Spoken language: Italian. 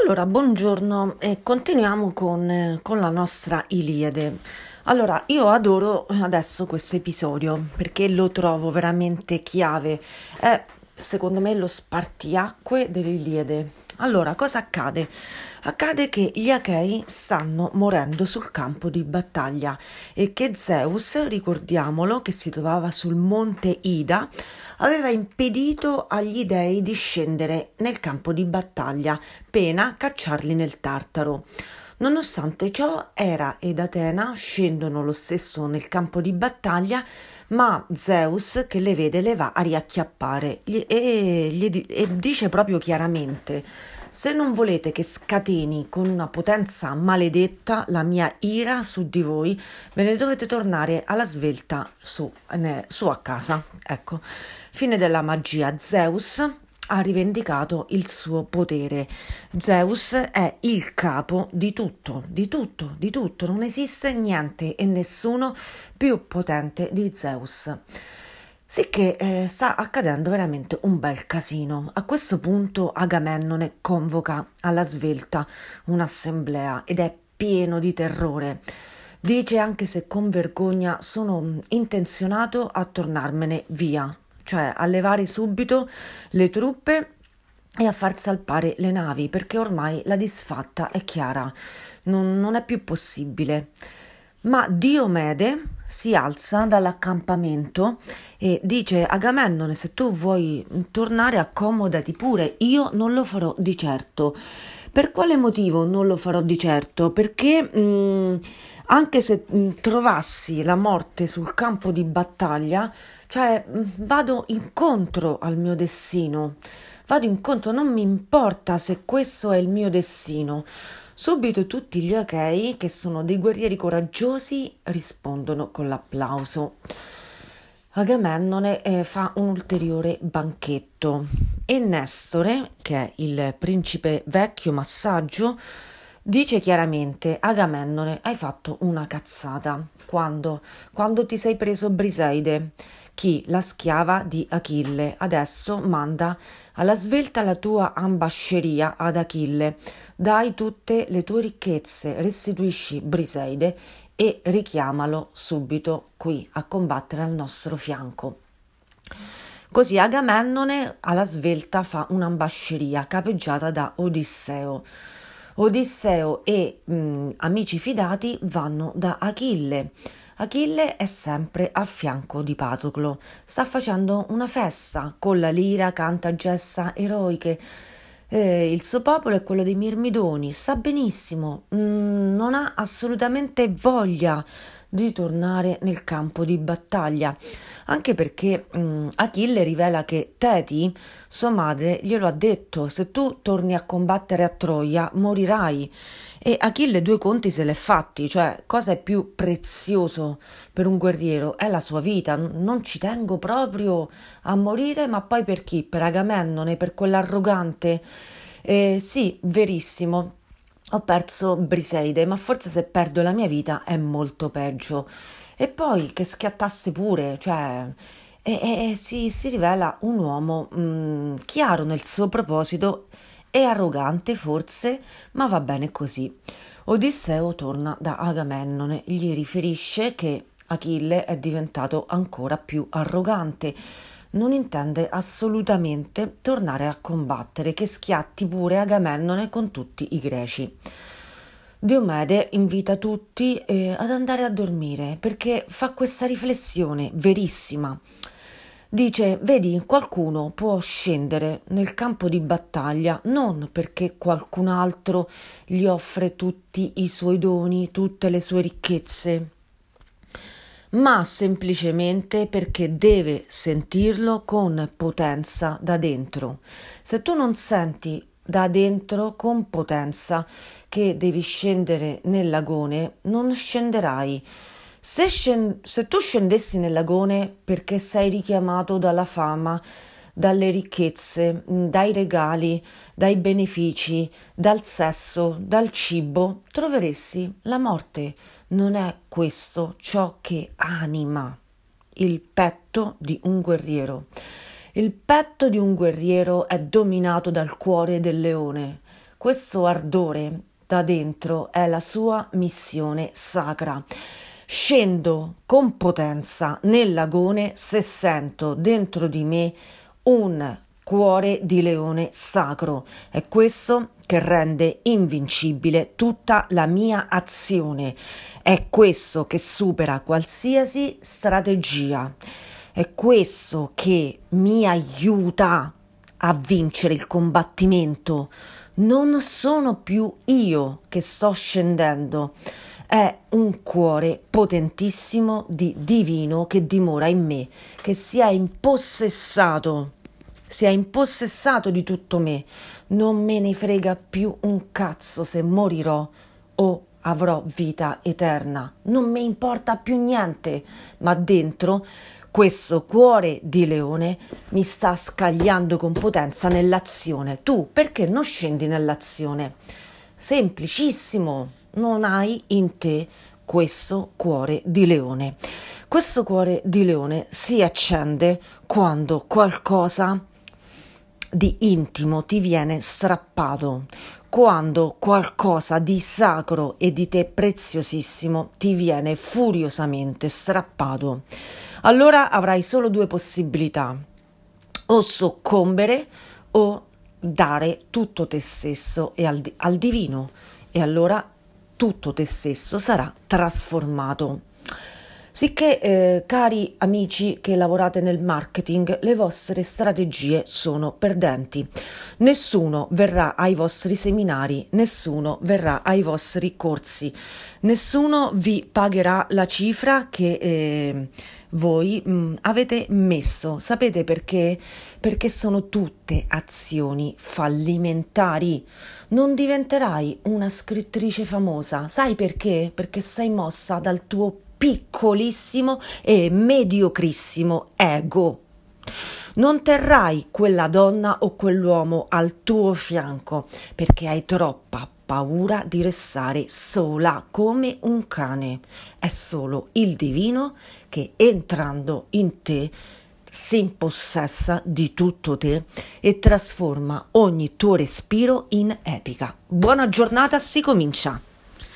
Allora, buongiorno e continuiamo con la nostra Iliade. Allora, io adoro adesso questo episodio perché lo trovo veramente chiave. È, secondo me, lo spartiacque dell'Iliade. Allora, cosa accade? Accade che gli Achei stanno morendo sul campo di battaglia e che Zeus, ricordiamolo, che si trovava sul monte Ida, aveva impedito agli dei di scendere nel campo di battaglia, pena cacciarli nel Tartaro. Nonostante ciò, Era ed Atena scendono lo stesso nel campo di battaglia, ma Zeus, che le vede, le va a riacchiappare e dice proprio chiaramente: se non volete che scateni con una potenza maledetta la mia ira su di voi, ve ne dovete tornare alla svelta su a casa. Ecco, fine della magia. Zeus ha rivendicato il suo potere. Zeus è il capo di tutto, di tutto, di tutto. Non esiste niente e nessuno più potente di Zeus. Sicché sta accadendo veramente un bel casino. A questo punto Agamennone convoca alla svelta un'assemblea ed è pieno di terrore. Dice, anche se con vergogna, sono intenzionato a tornarmene via, cioè a levare subito le truppe e a far salpare le navi, perché ormai la disfatta è chiara, non è più possibile. Ma Diomede si alza dall'accampamento e dice: Agamennone, se tu vuoi tornare, accomodati pure, io non lo farò di certo. Per quale motivo non lo farò di certo? Perché anche se trovassi la morte sul campo di battaglia, cioè vado incontro al mio destino, vado incontro, non mi importa se questo è il mio destino. Subito tutti gli Achei, che sono dei guerrieri coraggiosi, rispondono con l'applauso. Agamennone fa un ulteriore banchetto e Nestore, che è il principe vecchio ma saggio, dice chiaramente: Agamennone, hai fatto una cazzata. Quando ti sei preso Briseide, chi? La schiava di Achille. Adesso manda alla svelta la tua ambasceria ad Achille, dai tutte le tue ricchezze, restituisci Briseide e richiamalo subito qui a combattere al nostro fianco. Così Agamennone alla svelta fa un'ambasceria capeggiata da Odisseo. Odisseo e amici fidati vanno da Achille. Achille è sempre al fianco di Patroclo, sta facendo una festa, con la lira canta gesta eroiche. Il suo popolo è quello dei Mirmidoni, sta benissimo, non ha assolutamente voglia di tornare nel campo di battaglia, anche perché Achille rivela che Teti, sua madre, glielo ha detto: se tu torni a combattere a Troia morirai. E Achille due conti se l'è fatti, cioè cosa è più prezioso per un guerriero? È la sua vita, non ci tengo proprio a morire, ma poi per chi? Per Agamennone, per quell'arrogante? Sì, verissimo. Ho perso Briseide, ma forse se perdo la mia vita è molto peggio. E poi che schiattasse pure, cioè, si rivela un uomo chiaro nel suo proposito e arrogante forse, ma va bene così. Odisseo torna da Agamennone, gli riferisce che Achille è diventato ancora più arrogante, non intende assolutamente tornare a combattere, che schiatti pure Agamennone con tutti i greci. Diomede invita tutti ad andare a dormire perché fa questa riflessione verissima. Dice: vedi, qualcuno può scendere nel campo di battaglia non perché qualcun altro gli offre tutti i suoi doni, tutte le sue ricchezze, ma semplicemente perché deve sentirlo con potenza da dentro. Se tu non senti da dentro con potenza che devi scendere nel lagone, non scenderai. Se tu scendessi nel lagone perché sei richiamato dalla fama, dalle ricchezze, dai regali, dai benefici, dal sesso, dal cibo, troveresti la morte. Non è questo ciò che anima il petto di un guerriero. Il petto di un guerriero è dominato dal cuore del leone. Questo ardore da dentro è la sua missione sacra. Scendo con potenza nel lagone se sento dentro di me un cuore di leone sacro. È questo che rende invincibile tutta la mia azione. È questo che supera qualsiasi strategia. È questo che mi aiuta a vincere il combattimento. Non sono più io che sto scendendo, è un cuore potentissimo di divino che dimora in me, che si è impossessato di tutto me. Non me ne frega più un cazzo se morirò o avrò vita eterna, non mi importa più niente, ma dentro questo cuore di leone mi sta scagliando con potenza nell'azione. Tu perché non scendi nell'azione? Semplicissimo, non hai in te questo cuore di leone. Questo cuore di leone si accende quando qualcosa di intimo ti viene strappato, quando qualcosa di sacro e di te preziosissimo ti viene furiosamente strappato. Allora avrai solo due possibilità: o soccombere o dare tutto te stesso e al divino, e allora tutto te stesso sarà trasformato. Sicché, cari amici che lavorate nel marketing, le vostre strategie sono perdenti. Nessuno verrà ai vostri seminari, nessuno verrà ai vostri corsi, nessuno vi pagherà la cifra che voi avete messo. Sapete perché? Perché sono tutte azioni fallimentari. Non diventerai una scrittrice famosa. Sai perché? Perché sei mossa dal tuo piccolissimo e mediocrissimo ego. Non terrai quella donna o quell'uomo al tuo fianco perché hai troppa paura di restare sola come un cane. È solo il divino che, entrando in te, si impossessa di tutto te e trasforma ogni tuo respiro in epica. Buona giornata, si comincia!